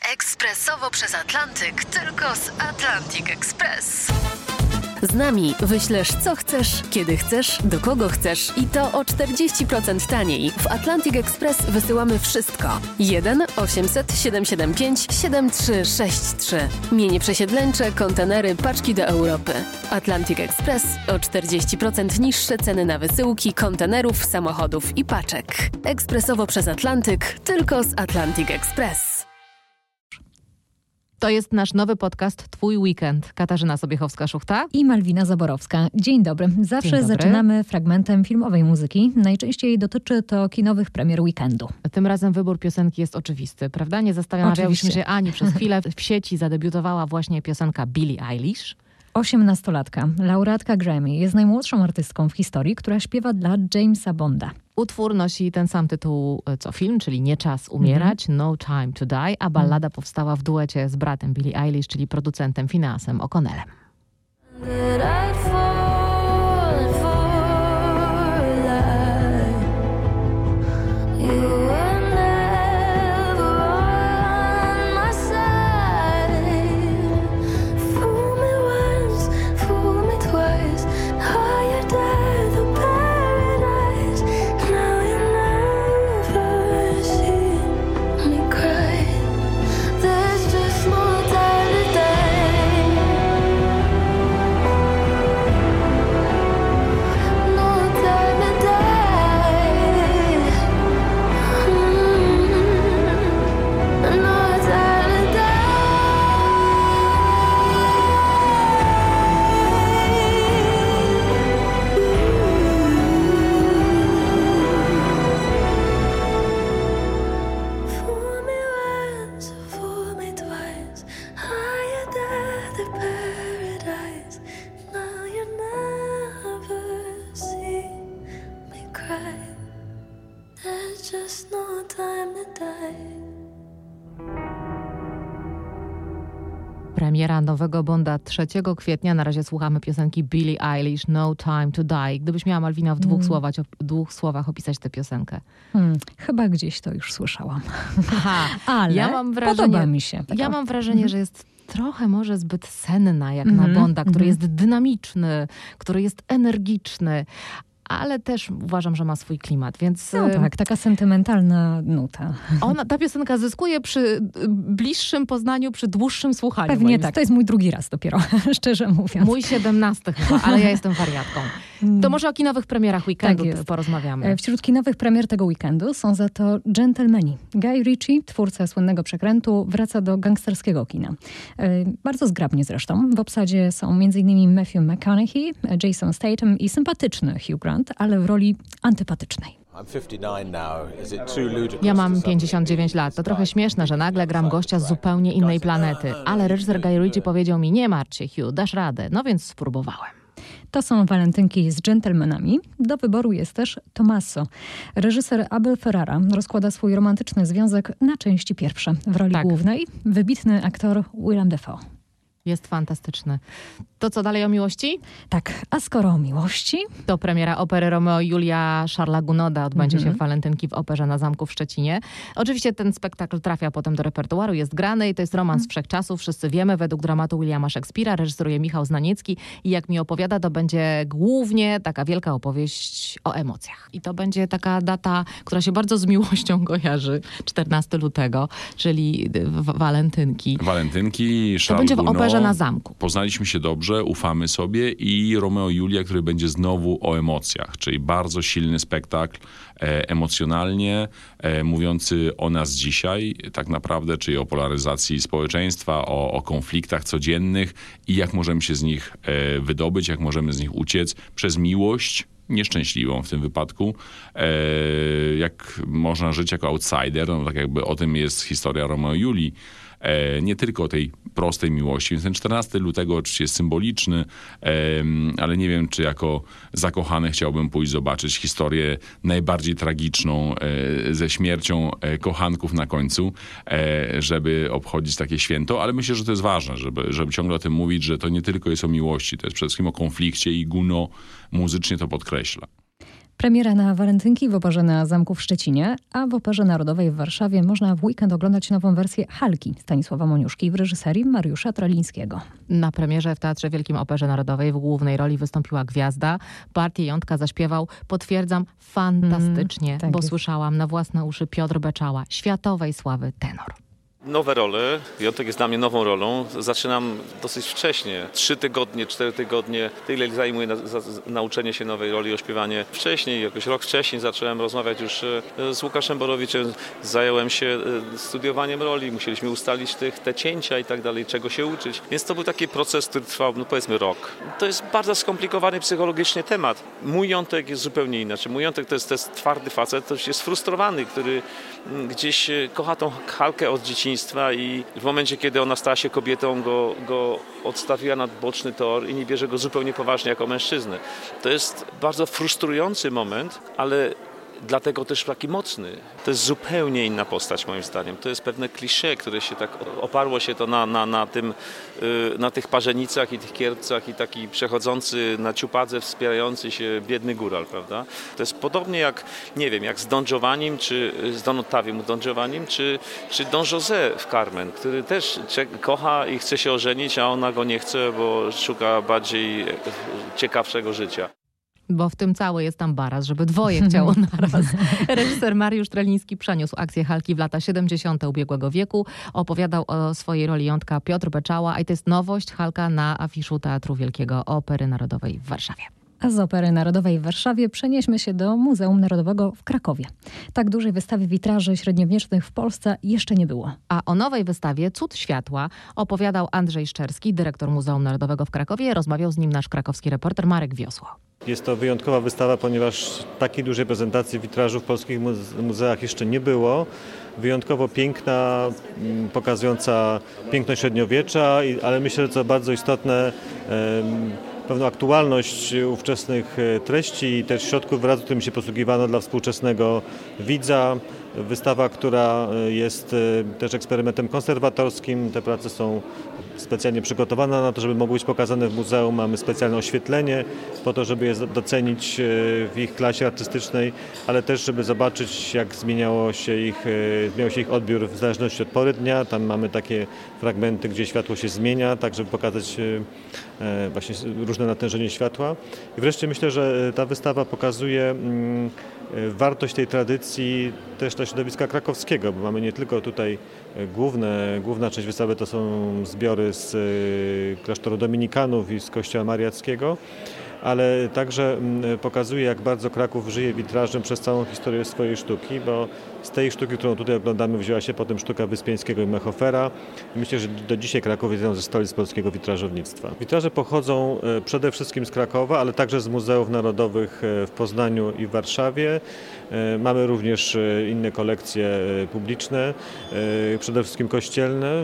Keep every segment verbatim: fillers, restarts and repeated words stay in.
Ekspresowo przez Atlantyk, tylko z Atlantic Express. Z nami wyślesz co chcesz, kiedy chcesz, do kogo chcesz i to o czterdzieści procent taniej. W Atlantic Express wysyłamy wszystko. jeden osiemset siedemset siedemdziesiąt pięć siedemdziesiąt trzy sześćdziesiąt trzy. Mienie przesiedleńcze, kontenery, paczki do Europy. Atlantic Express o czterdzieści procent niższe ceny na wysyłki, kontenerów, samochodów i paczek. Ekspresowo przez Atlantyk, tylko z Atlantic Express. To jest nasz nowy podcast Twój Weekend. Katarzyna Sobiechowska-Szuchta i Malwina Zaborowska. Dzień dobry. Zawsze Dzień dobry. Zaczynamy fragmentem filmowej muzyki. Najczęściej dotyczy to kinowych premier weekendu. Tym razem wybór piosenki jest oczywisty, prawda? Nie zastanawiałyśmy się ani przez chwilę. W sieci zadebiutowała właśnie piosenka Billie Eilish. osiemnastolatka, laureatka Grammy, jest najmłodszą artystką w historii, która śpiewa dla Jamesa Bonda. Utwór nosi ten sam tytuł co film, czyli Nie czas umierać, mm-hmm. No time to die, a ballada mm. powstała w duecie z bratem Billie Eilish, czyli producentem Phineasem O'Connellem. Premiera nowego Bonda trzeciego kwietnia. Na razie słuchamy piosenki Billie Eilish, No Time to Die. Gdybyś miała, Malwina, w dwóch, mm. słowach, dwóch słowach opisać tę piosenkę. Hmm, chyba gdzieś to już słyszałam. Aha, ale ja mam wrażenie, podoba mi się. Taka... Ja mam wrażenie, mm. że jest trochę może zbyt senna jak mm. na Bonda, który mm. jest dynamiczny, który jest energiczny, ale też uważam, że ma swój klimat, więc... No tak, taka sentymentalna nuta. Ona, ta piosenka zyskuje przy bliższym poznaniu, przy dłuższym słuchaniu. Pewnie tak, to jest mój drugi raz dopiero, szczerze mówiąc. Mój siedemnasty chyba, ale ja jestem wariatką. To może o kinowych premierach weekendu tak porozmawiamy. Wśród kinowych premier tego weekendu są za to Gentlemani. Guy Ritchie, twórca słynnego Przekrętu, wraca do gangsterskiego kina. Bardzo zgrabnie zresztą. W obsadzie są między innymi Matthew McConaughey, Jason Statham i sympatyczny Hugh Grant, ale w roli antypatycznej. Ja mam pięćdziesiąt dziewięć lat. To trochę śmieszne, że nagle gram gościa z zupełnie innej planety. Ale reżyser Guy Ritchie powiedział mi, nie martw się, Hugh, dasz radę. No więc spróbowałem. To są walentynki z Gentlemanami. Do wyboru jest też Tommaso. Reżyser Abel Ferrara rozkłada swój romantyczny związek na części pierwsze. W roli tak. głównej wybitny aktor Willem Dafoe. Jest fantastyczny. To co dalej o miłości? Tak, a skoro o miłości... To premiera opery Romeo i Julia Charlesa Gounoda odbędzie mm-hmm. się w walentynki w Operze na Zamku w Szczecinie. Oczywiście ten spektakl trafia potem do repertuaru, jest grany i to jest romans mm. wszechczasów. Wszyscy wiemy, według dramatu Williama Szekspira, reżyseruje Michał Znaniecki i jak mi opowiada, to będzie głównie taka wielka opowieść o emocjach. I to będzie taka data, która się bardzo z miłością kojarzy, czternastego lutego, czyli w- walentynki. Walentynki, To będzie w Operze na Zamku. Poznaliśmy się dobrze, ufamy sobie i Romeo i Julia, który będzie znowu o emocjach, czyli bardzo silny spektakl e, emocjonalnie, e, mówiący o nas dzisiaj tak naprawdę, czyli o polaryzacji społeczeństwa, o, o konfliktach codziennych i jak możemy się z nich e, wydobyć, jak możemy z nich uciec przez miłość, nieszczęśliwą w tym wypadku, e, jak można żyć jako outsider, no tak jakby o tym jest historia Romeo i Julii. E, nie tylko tej prostej miłości. Więc ten czternastego lutego oczywiście jest symboliczny, e, ale nie wiem, czy jako zakochany chciałbym pójść zobaczyć historię najbardziej tragiczną e, ze śmiercią e, kochanków na końcu, e, żeby obchodzić takie święto, ale myślę, że to jest ważne, żeby, żeby ciągle o tym mówić, że to nie tylko jest o miłości, to jest przede wszystkim o konflikcie i Gounod muzycznie to podkreśla. Premiera na walentynki w Operze na Zamku w Szczecinie, a w Operze Narodowej w Warszawie można w weekend oglądać nową wersję Halki Stanisława Moniuszki w reżyserii Mariusza Trelińskiego. Na premierze w Teatrze Wielkim Operze Narodowej w głównej roli wystąpiła gwiazda. Partię Jątka zaśpiewał, potwierdzam, fantastycznie, mm, tak bo jest. słyszałam na własne uszy Piotr Beczała, światowej sławy tenor. Nowe role. Jątek jest dla mnie nową rolą. Zaczynam dosyć wcześnie. Trzy tygodnie, cztery tygodnie. Tyle zajmuje na, za, nauczenie się nowej roli, ośpiewanie. Wcześniej, jakoś rok wcześniej zacząłem rozmawiać już z Łukaszem Borowiczem. Zająłem się studiowaniem roli. Musieliśmy ustalić tych, te cięcia i tak dalej, czego się uczyć. Więc to był taki proces, który trwał, no powiedzmy, rok. To jest bardzo skomplikowany psychologicznie temat. Mój Jątek jest zupełnie inaczej. Mój Jątek to jest, to jest twardy facet, to jest frustrowany, który gdzieś kocha tą Halkę od dzieciństwa i w momencie, kiedy ona stała się kobietą, go, go odstawiła na boczny tor i nie bierze go zupełnie poważnie jako mężczyznę. To jest bardzo frustrujący moment, ale dlatego też taki mocny. To jest zupełnie inna postać moim zdaniem. To jest pewne klisze, które się tak oparło się to na, na, na, tym, na tych parzenicach i tych kierpcach i taki przechodzący na ciupadze, wspierający się biedny góral, prawda? To jest podobnie jak, nie wiem, jak z Don Giovannim, czy z Don Ottaviem Don Giovannim, czy, czy Don José w Carmen, który też kocha i chce się ożenić, a ona go nie chce, bo szuka bardziej ciekawszego życia. Bo w tym cały jest ambaras, żeby dwoje chciało naraz. Reżyser Mariusz Treliński przeniósł akcję Halki w lata siedemdziesiąte ubiegłego wieku. Opowiadał o swojej roli Jątka Piotr Beczała, a to jest nowość, Halka na afiszu Teatru Wielkiego Opery Narodowej w Warszawie. A z Opery Narodowej w Warszawie przenieśmy się do Muzeum Narodowego w Krakowie. Tak dużej wystawy witraży średniowiecznych w Polsce jeszcze nie było. A o nowej wystawie Cud Światła opowiadał Andrzej Szczerski, dyrektor Muzeum Narodowego w Krakowie. Rozmawiał z nim nasz krakowski reporter Marek Wiosło. Jest to wyjątkowa wystawa, ponieważ takiej dużej prezentacji witrażu w polskich muzeach jeszcze nie było. Wyjątkowo piękna, pokazująca piękność średniowiecza, ale myślę, że co bardzo istotne, pewną aktualność ówczesnych treści i też środków wyrazu, którym się posługiwano dla współczesnego widza. Wystawa, która jest też eksperymentem konserwatorskim. Te prace są specjalnie przygotowane na to, żeby mogły być pokazane w muzeum. Mamy specjalne oświetlenie po to, żeby je docenić w ich klasie artystycznej, ale też, żeby zobaczyć, jak zmieniało się ich, zmieniał się ich odbiór w zależności od pory dnia. Tam mamy takie fragmenty, gdzie światło się zmienia, tak żeby pokazać właśnie różne natężenie światła. I wreszcie myślę, że ta wystawa pokazuje wartość tej tradycji też dla środowiska krakowskiego, bo mamy nie tylko tutaj główne, główna część wystawy to są zbiory z klasztoru dominikanów i z kościoła mariackiego, ale także pokazuje, jak bardzo Kraków żyje witrażem przez całą historię swojej sztuki, bo z tej sztuki, którą tutaj oglądamy, wzięła się potem sztuka Wyspiańskiego i Mechofera. Myślę, że do dzisiaj Kraków jest jedną ze stolic polskiego witrażownictwa. Witraże pochodzą przede wszystkim z Krakowa, ale także z muzeów narodowych w Poznaniu i w Warszawie. Mamy również inne kolekcje publiczne, przede wszystkim kościelne.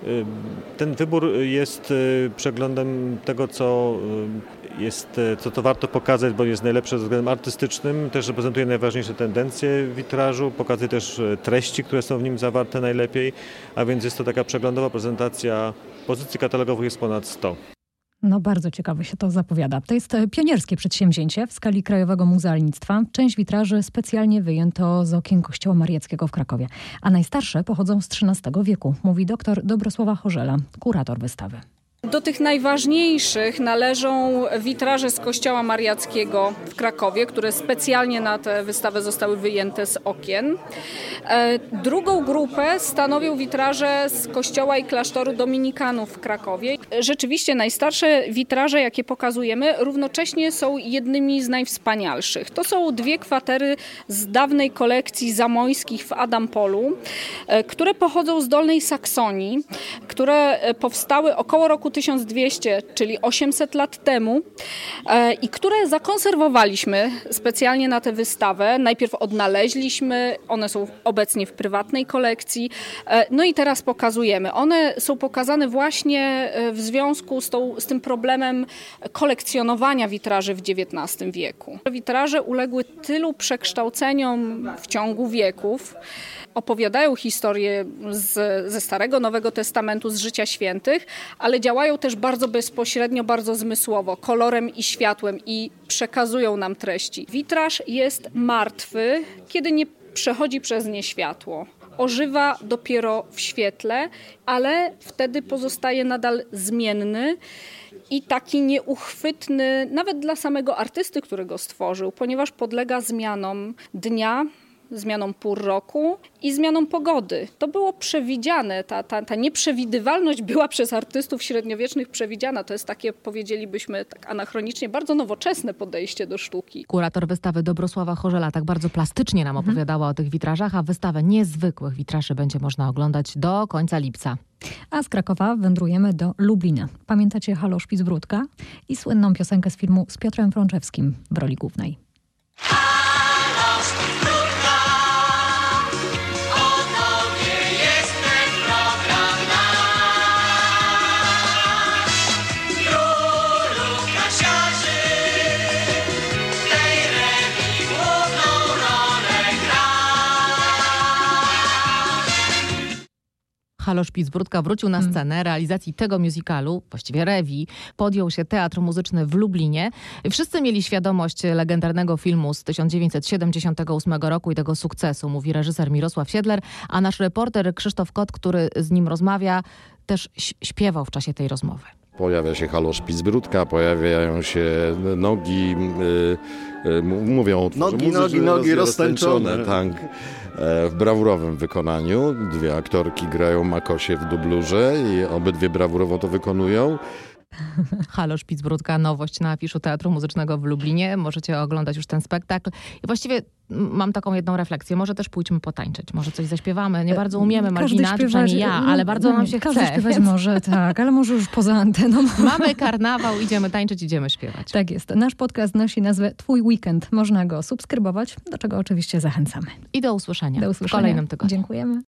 Ten wybór jest przeglądem tego, co jest, co to warto pokazać, bo jest najlepsze pod względem artystycznym, też reprezentuje najważniejsze tendencje witrażu, pokazuje też treści, które są w nim zawarte najlepiej, a więc jest to taka przeglądowa prezentacja. Pozycji katalogowych jest ponad sto. No bardzo ciekawe się to zapowiada. To jest pionierskie przedsięwzięcie w skali Krajowego Muzealnictwa. Część witraży specjalnie wyjęto z okien Kościoła Mariackiego w Krakowie, a najstarsze pochodzą z trzynastego wieku, mówi dr Dobrosława Chorzela, kurator wystawy. Do tych najważniejszych należą witraże z Kościoła Mariackiego w Krakowie, które specjalnie na tę wystawę zostały wyjęte z okien. Drugą grupę stanowią witraże z Kościoła i klasztoru dominikanów w Krakowie. Rzeczywiście najstarsze witraże, jakie pokazujemy, równocześnie są jednymi z najwspanialszych. To są dwie kwatery z dawnej kolekcji zamojskich w Adampolu, które pochodzą z Dolnej Saksonii, które powstały około roku tysiąc dwieście, czyli osiemset lat temu i które zakonserwowaliśmy specjalnie na tę wystawę. Najpierw odnaleźliśmy, one są obecnie w prywatnej kolekcji, no i teraz pokazujemy. One są pokazane właśnie w związku z, tą, z tym problemem kolekcjonowania witraży w dziewiętnastym wieku. Witraże uległy tylu przekształceniom w ciągu wieków, opowiadają historię z, ze Starego, Nowego Testamentu, z życia świętych, ale działają działają też bardzo bezpośrednio, bardzo zmysłowo, kolorem i światłem i przekazują nam treści. Witraż jest martwy, kiedy nie przechodzi przez nie światło. Ożywa dopiero w świetle, ale wtedy pozostaje nadal zmienny i taki nieuchwytny nawet dla samego artysty, który go stworzył, ponieważ podlega zmianom dnia, zmianom pór roku i zmianom pogody. To było przewidziane, ta, ta, ta nieprzewidywalność była przez artystów średniowiecznych przewidziana. To jest takie, powiedzielibyśmy tak anachronicznie, bardzo nowoczesne podejście do sztuki. Kurator wystawy Dobrosława Chorzela tak bardzo plastycznie nam opowiadała mhm. o tych witrażach, a wystawę niezwykłych witraży będzie można oglądać do końca lipca. A z Krakowa wędrujemy do Lublina. Pamiętacie Halo Szpicbródka i słynną piosenkę z filmu z Piotrem Frączewskim w roli głównej. Halo Szpicbródka wrócił na scenę. Realizacji tego musicalu, właściwie rewii, podjął się Teatr Muzyczny w Lublinie. Wszyscy mieli świadomość legendarnego filmu z tysiąc dziewięćset siedemdziesiątego ósmego roku i tego sukcesu, mówi reżyser Mirosław Siedler, a nasz reporter Krzysztof Kot, który z nim rozmawia, też śpiewał w czasie tej rozmowy. Pojawia się Halo Szpicbródka, pojawiają się nogi, yy, yy, mówią... Nogi, nogi, nogi roztańczone. Tak, w brawurowym wykonaniu. Dwie aktorki grają Makosie w dublurze i obydwie brawurowo to wykonują. Halo Szpicbródka, nowość na afiszu Teatru Muzycznego w Lublinie. Możecie oglądać już ten spektakl. I właściwie mam taką jedną refleksję. Może też pójdźmy potańczyć. Może coś zaśpiewamy. Nie bardzo umiemy, Malwina, czy przynajmniej ja, ale bardzo nam się każdy chce. Każdy śpiewać może, tak, ale może już poza anteną. Mamy karnawał, idziemy tańczyć, idziemy śpiewać. Tak jest. Nasz podcast nosi nazwę Twój Weekend. Można go subskrybować, do czego oczywiście zachęcamy. I do usłyszenia, do usłyszenia. w kolejnym tygodniu. Dziękujemy.